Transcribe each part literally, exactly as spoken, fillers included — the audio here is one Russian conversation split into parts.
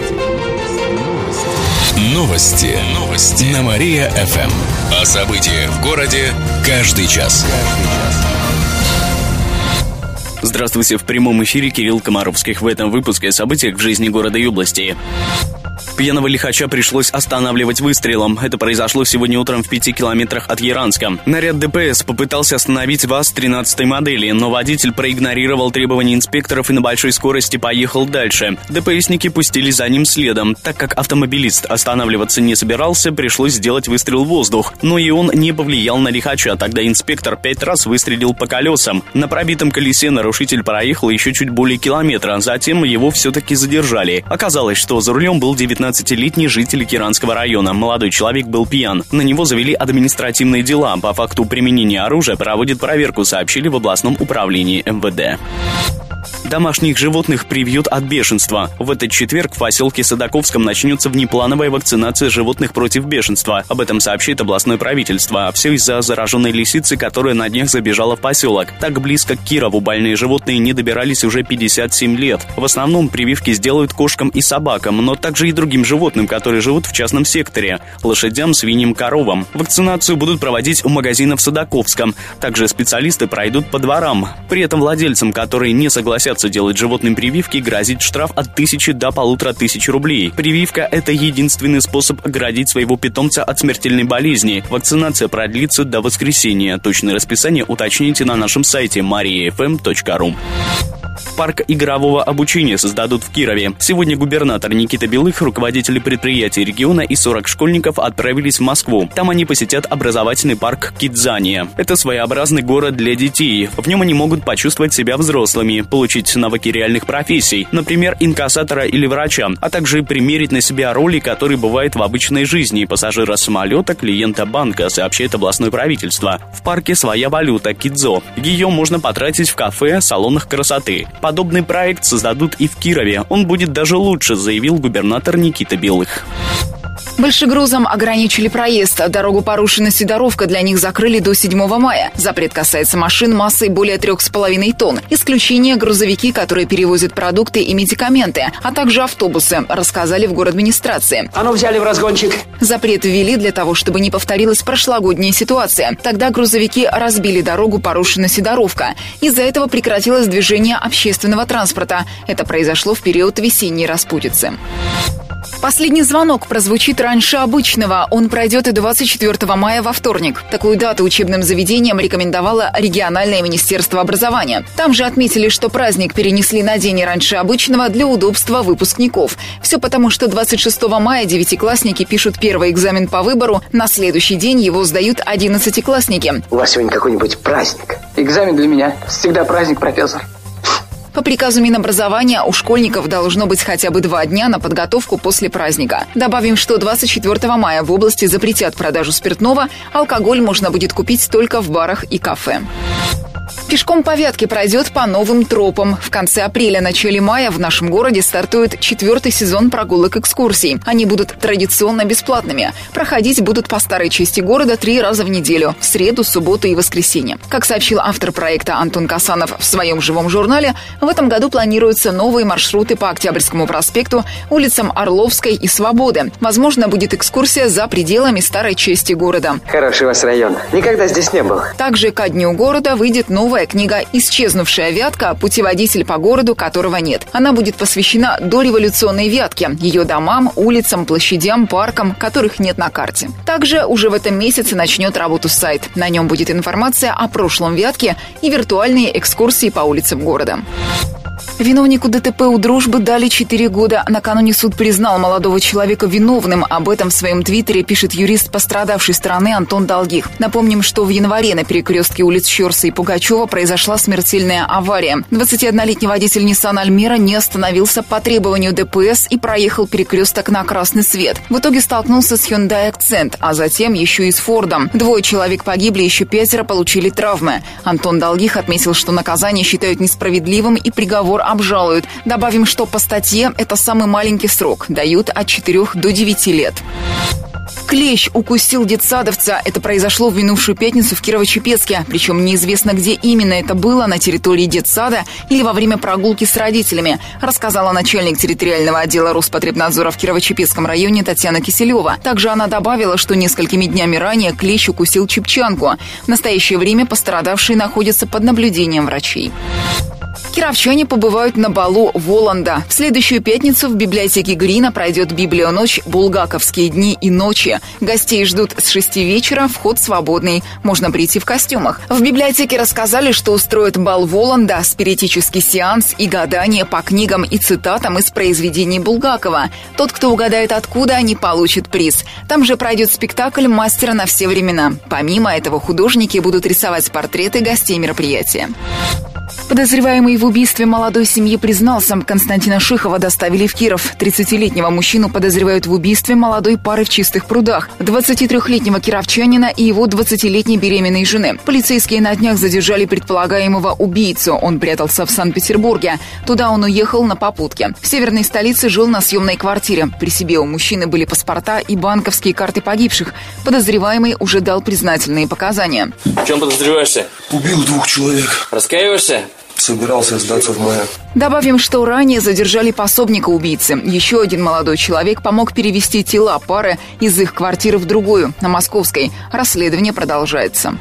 Новости. Новости. На Мария-ФМ. О событиях в городе каждый час. Здравствуйте, в прямом эфире Кирилл Комаровских. В этом выпуске о событиях в жизни города и области. Пьяного лихача пришлось останавливать выстрелом. Это произошло сегодня утром в пяти километрах от Яранска. Наряд ДПС попытался остановить ВАЗ тринадцатой модели, но водитель проигнорировал требования инспекторов и на большой скорости поехал дальше. ДПСники пустились за ним следом. Так как автомобилист останавливаться не собирался, пришлось сделать выстрел в воздух. Но и он не повлиял на лихача. Тогда инспектор пять раз выстрелил по колесам. На пробитом колесе нарушитель проехал еще чуть более километра. Затем его все-таки задержали. Оказалось, что за рулем был девятнадцатилетний житель Киранского района. Молодой человек был пьян. На него завели административные дела. По факту применения оружия проводит проверку, сообщили в областном управлении эм вэ дэ. Домашних животных привьют от бешенства. В этот четверг в поселке Садаковском начнется внеплановая вакцинация животных против бешенства. Об этом сообщит областное правительство. Все из-за зараженной лисицы, которая на днях забежала в поселок. Так близко к Кирову больные животные не добирались уже пятьдесят семь лет. В основном прививки сделают кошкам и собакам, но также и другим животным, которые живут в частном секторе. Лошадям, свиньям, коровам. Вакцинацию будут проводить у магазинов в Садаковском. Также специалисты пройдут по дворам. При этом владельцам, которые не согласятся делать животным прививки, грозит штраф от тысячи до полутора тысяч рублей. Прививка – это единственный способ оградить своего питомца от смертельной болезни. Вакцинация продлится до воскресенья. Точное расписание уточните на нашем сайте мария эф эм точка ру. Парк игрового обучения создадут в Кирове. Сегодня губернатор Никита Белых, руководители предприятий региона и сорок школьников отправились в Москву. Там они посетят образовательный парк Кидзания. Это своеобразный город для детей. В нем они могут почувствовать себя взрослыми, получить навыки реальных профессий, например, инкассатора или врача, а также примерить на себя роли, которые бывают в обычной жизни пассажира самолета, клиента банка, сообщает областное правительство. В парке своя валюта – кидзо. Ее можно потратить в кафе, салонах красоты. Подобный проект создадут и в Кирове. Он будет даже лучше, заявил губернатор Никита Белых. Большегрузам ограничили проезд. Дорогу Порушино Сидоровка для них закрыли до седьмого мая. Запрет касается машин массой более трех с половиной тонн. Исключение грузовики, которые перевозят продукты и медикаменты, а также автобусы, рассказали в городадминистрации. А ну взяли в разгончик. Запрет ввели для того, чтобы не повторилась прошлогодняя ситуация. Тогда грузовики разбили дорогу Порушино Сидоровка. Из-за этого прекратилось движение общественного транспорта. Это произошло в период весенней распутицы. Последний звонок прозвучит раньше обычного. Он пройдет и двадцать четвёртого мая во вторник. Такую дату учебным заведениям рекомендовало региональное министерство образования. Там же отметили, что праздник перенесли на день раньше обычного для удобства выпускников. Все потому, что двадцать шестого мая девятиклассники пишут первый экзамен по выбору. На следующий день его сдают одиннадцатиклассники. У вас сегодня какой-нибудь праздник? Экзамен для меня. Всегда праздник, профессор. По приказу Минобразования у школьников должно быть хотя бы два дня на подготовку после праздника. Добавим, что двадцать четвёртого мая в области запретят продажу спиртного, алкоголь можно будет купить только в барах и кафе. Пешком по Вятке пройдет по новым тропам. В конце апреля, начале мая в нашем городе стартует четвертый сезон прогулок-экскурсий. Они будут традиционно бесплатными. Проходить будут по старой части города три раза в неделю – в среду, субботу и воскресенье. Как сообщил автор проекта Антон Касанов в своем живом журнале, в этом году планируются новые маршруты по Октябрьскому проспекту, улицам Орловской и Свободы. Возможно, будет экскурсия за пределами старой части города. Хороший у вас район. Никогда здесь не был. Также ко дню города выйдет новая книга «Исчезнувшая Вятка. Путеводитель по городу, которого нет». Она будет посвящена дореволюционной Вятке, ее домам, улицам, площадям, паркам, которых нет на карте. Также уже в этом месяце начнет работу сайт. На нем будет информация о прошлом Вятке и виртуальные экскурсии по улицам города. Виновнику ДТП у Дружбы дали четыре года. Накануне суд признал молодого человека виновным. Об этом в своем твиттере пишет юрист пострадавшей стороны Антон Долгих. Напомним, что в январе на перекрестке улиц Щерса и Пугачева произошла смертельная авария. двадцатиоднолетний водитель Nissan Альмера не остановился по требованию ДПС и проехал перекресток на красный свет. В итоге столкнулся с Hyundai Accent, а затем еще и с Фордом. Двое человек погибли, еще пятеро получили травмы. Антон Долгих отметил, что наказание считают несправедливым и приговор обжалуют. Добавим, что по статье это самый маленький срок. Дают от четырёх до девяти лет. Клещ укусил детсадовца. Это произошло в минувшую пятницу в Кирово-Чепецке. Причем неизвестно, где именно это было, на территории детсада или во время прогулки с родителями, рассказала начальник территориального отдела Роспотребнадзора в Кирово-Чепецком районе Татьяна Киселева. Также она добавила, что несколькими днями ранее клещ укусил чепчанку. В настоящее время пострадавшие находятся под наблюдением врачей. Кировчане побывают на балу Воланда. В следующую пятницу в библиотеке Грина пройдет библионочь «Булгаковские дни и ночи». Гостей ждут с шести вечера, вход свободный. Можно прийти в костюмах. В библиотеке рассказали, что устроят бал Воланда, спиритический сеанс и гадание по книгам и цитатам из произведений Булгакова. Тот, кто угадает откуда, не получит приз. Там же пройдет спектакль «Мастера на все времена». Помимо этого, художники будут рисовать портреты гостей мероприятия. Подозреваемый в убийстве молодой семьи признался. Константина Шихова доставили в Киров. тридцатилетнего мужчину подозревают в убийстве молодой пары в Чистых прудах, двадцатитрёхлетнего кировчанина и его двадцатилетней беременной жены. Полицейские на днях задержали предполагаемого убийцу. Он прятался в Санкт-Петербурге. Туда он уехал на попутке. В северной столице жил на съемной квартире. При себе у мужчины были паспорта и банковские карты погибших. Подозреваемый уже дал признательные показания. В чем подозреваешься? Убил двух человек. Раскаиваешься? Собирался сдаться в мае. Добавим, что ранее задержали пособника убийцы. Еще один молодой человек помог перевести тела пары из их квартиры в другую, на Московской. Расследование продолжается.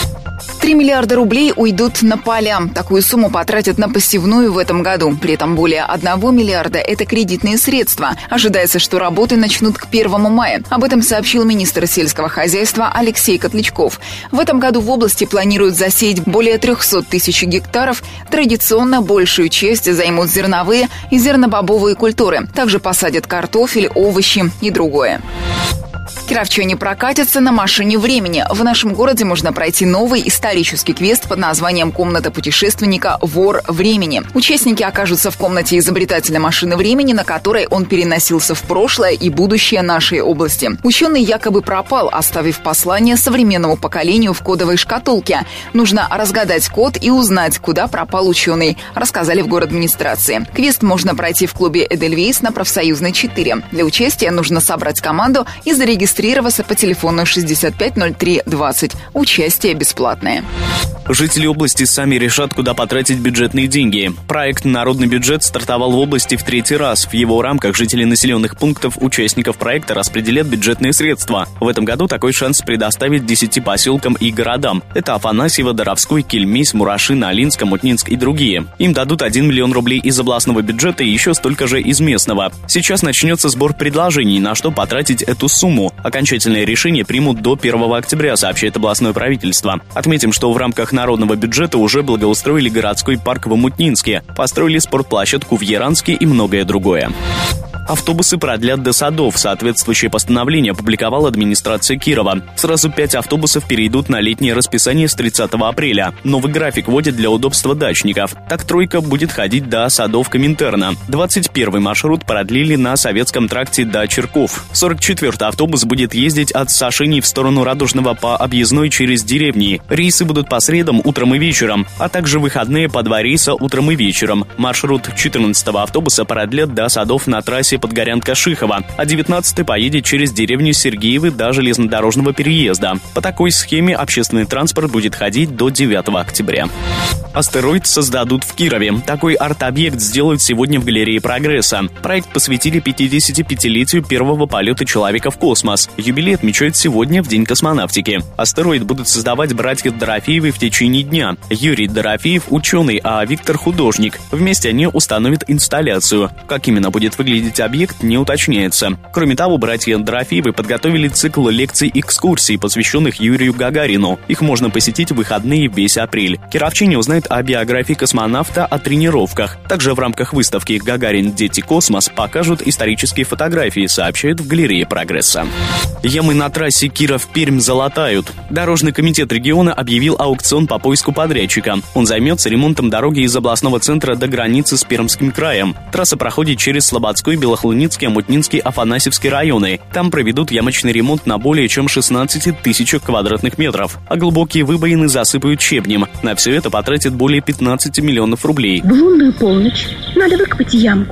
Три миллиарда рублей уйдут на поля. Такую сумму потратят на посевную в этом году. При этом более одного миллиарда – это кредитные средства. Ожидается, что работы начнут к первому мая. Об этом сообщил министр сельского хозяйства Алексей Котлячков. В этом году в области планируют засеять более трехсот тысяч гектаров. Традиционно большую часть займут зерновые и зернобобовые культуры. Также посадят картофель, овощи и другое. Кировчане прокатятся на машине времени. В нашем городе можно пройти новый исторический квест под названием «Комната путешественника. Вор времени». Участники окажутся в комнате изобретателя машины времени, на которой он переносился в прошлое и будущее нашей области. Ученый якобы пропал, оставив послание современному поколению в кодовой шкатулке. Нужно разгадать код и узнать, куда пропал ученый, рассказали в городадминистрации. Квест можно пройти в клубе «Эдельвейс» на Профсоюзной четыре. Для участия нужно собрать команду и зарегистрироваться Регистрироваться по телефону шестьдесят пять ноль три двадцать. Участие бесплатное. Жители области сами решат, куда потратить бюджетные деньги. Проект «Народный бюджет» стартовал в области в третий раз. В его рамках жители населенных пунктов, участников проекта, распределят бюджетные средства. В этом году такой шанс предоставить десяти поселкам и городам. Это Афанасьево, Доровской, Кельмесь, Мурашино, Алинск, Мутнинск и другие. Им дадут один миллион рублей из областного бюджета и еще столько же из местного. Сейчас начнется сбор предложений, на что потратить эту сумму. Окончательное решение примут до первого октября, сообщает областное правительство. Отметим, что в рамках народного бюджета уже благоустроили городской парк в Мутнинске, построили спортплощадку в Яранске и многое другое. Автобусы продлят до садов. Соответствующее постановление опубликовала администрация Кирова. Сразу пять автобусов перейдут на летнее расписание с тридцатого апреля. Новый график вводят для удобства дачников. Так тройка будет ходить до садов Коминтерна. двадцать первый маршрут продлили на Советском тракте до Черков. сорок четвёртый автобус будет ездить от Сашини в сторону Радужного по объездной через деревни. Рейсы будут по средам утром и вечером, а также выходные по два рейса утром и вечером. Маршрут четырнадцатого автобуса продлят до садов на трассе Подгорянка-Шихова, а девятнадцатый поедет через деревню Сергеевы до железнодорожного переезда. По такой схеме общественный транспорт будет ходить до девятого октября. Астероид создадут в Кирове. Такой арт-объект сделают сегодня в галерее «Прогресса». Проект посвятили пятидесятипятилетию первого полета человека в космос. Юбилей отмечают сегодня, в День космонавтики. Астероид будут создавать братья Дорофеевы в течение дня. Юрий Дорофеев – ученый, а Виктор – художник. Вместе они установят инсталляцию. Как именно будет выглядеть объект, не уточняется. Кроме того, братья Дорофеевы подготовили цикл лекций-экскурсий, посвященных Юрию Гагарину. Их можно посетить в выходные весь апрель. Кировчане узнают о биографии космонавта, о тренировках. Также в рамках выставки «Гагарин. Дети. Космос» покажут исторические фотографии, сообщают в галерее «Прогресса». Ямы на трассе Киров-Пермь залатают. Дорожный комитет региона объявил аукцион по поиску подрядчика. Он займется ремонтом дороги из областного центра до границы с Пермским краем. Трасса проходит через Слободской, Белохлуницкий, Мутнинский, Афанасьевский районы. Там проведут ямочный ремонт на более чем шестнадцати тысячах квадратных метров, а глубокие выбоины засыпают щебнем. На все это потратят более пятнадцати миллионов рублей. В лунную полночь надо выкопать ямку,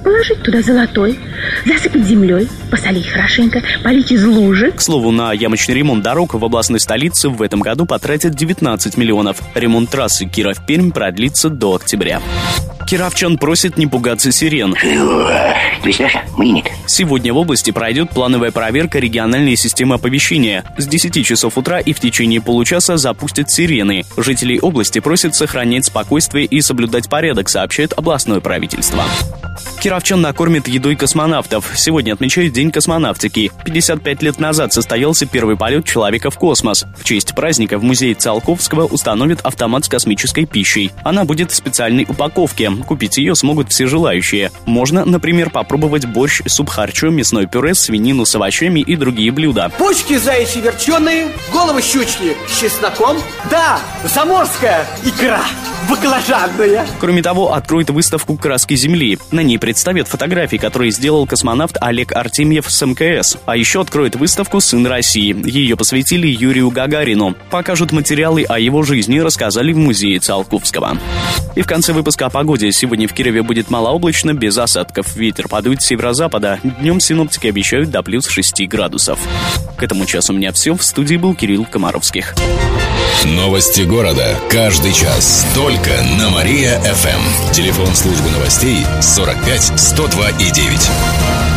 Положить туда золотой, засыпать землей, посолить хорошенько, полить из лужи. К слову, на ямочный ремонт дорог в областной столице в этом году потратят девятнадцать миллионов. Ремонт трассы Киров-Пермь продлится до октября. Кировчан просят не пугаться сирен. Сегодня в области пройдет плановая проверка региональной системы оповещения. С десяти часов утра и в течение получаса запустят сирены. Жителей области просят сохранять спокойствие и соблюдать порядок, сообщает областное правительство. Кировчан накормят едой космонавтов. Сегодня отмечают День космонавтики. пятьдесят пять лет назад состоялся первый полет человека в космос. В честь праздника в музее Циолковского установят автомат с космической пищей. Она будет в специальной упаковке. Купить ее смогут все желающие. Можно, например, попробовать борщ, суп-харчо, мясное пюре, свинину с овощами и другие блюда. Почки заячьи верченые, головы щучьи с чесноком. Да, заморская икра баклажанная. Кроме того, откроют выставку «Краски Земли». На ней представят фотографии, которые сделал космонавт Олег Артемьев с эм ка эс. А еще откроют выставку «Сын России». Ее посвятили Юрию Гагарину. Покажут материалы о его жизни, рассказали в музее Циолковского. И в конце выпуска о погоде. Сегодня в Кирове будет малооблачно, без осадков. Ветер подует с северо-запада. Днем синоптики обещают до плюс шести градусов. К этому часу у меня все. В студии был Кирилл Комаровских. Новости города. Каждый час. Только на Мария-ФМ. Телефон службы новостей сорок пять сто два и девять.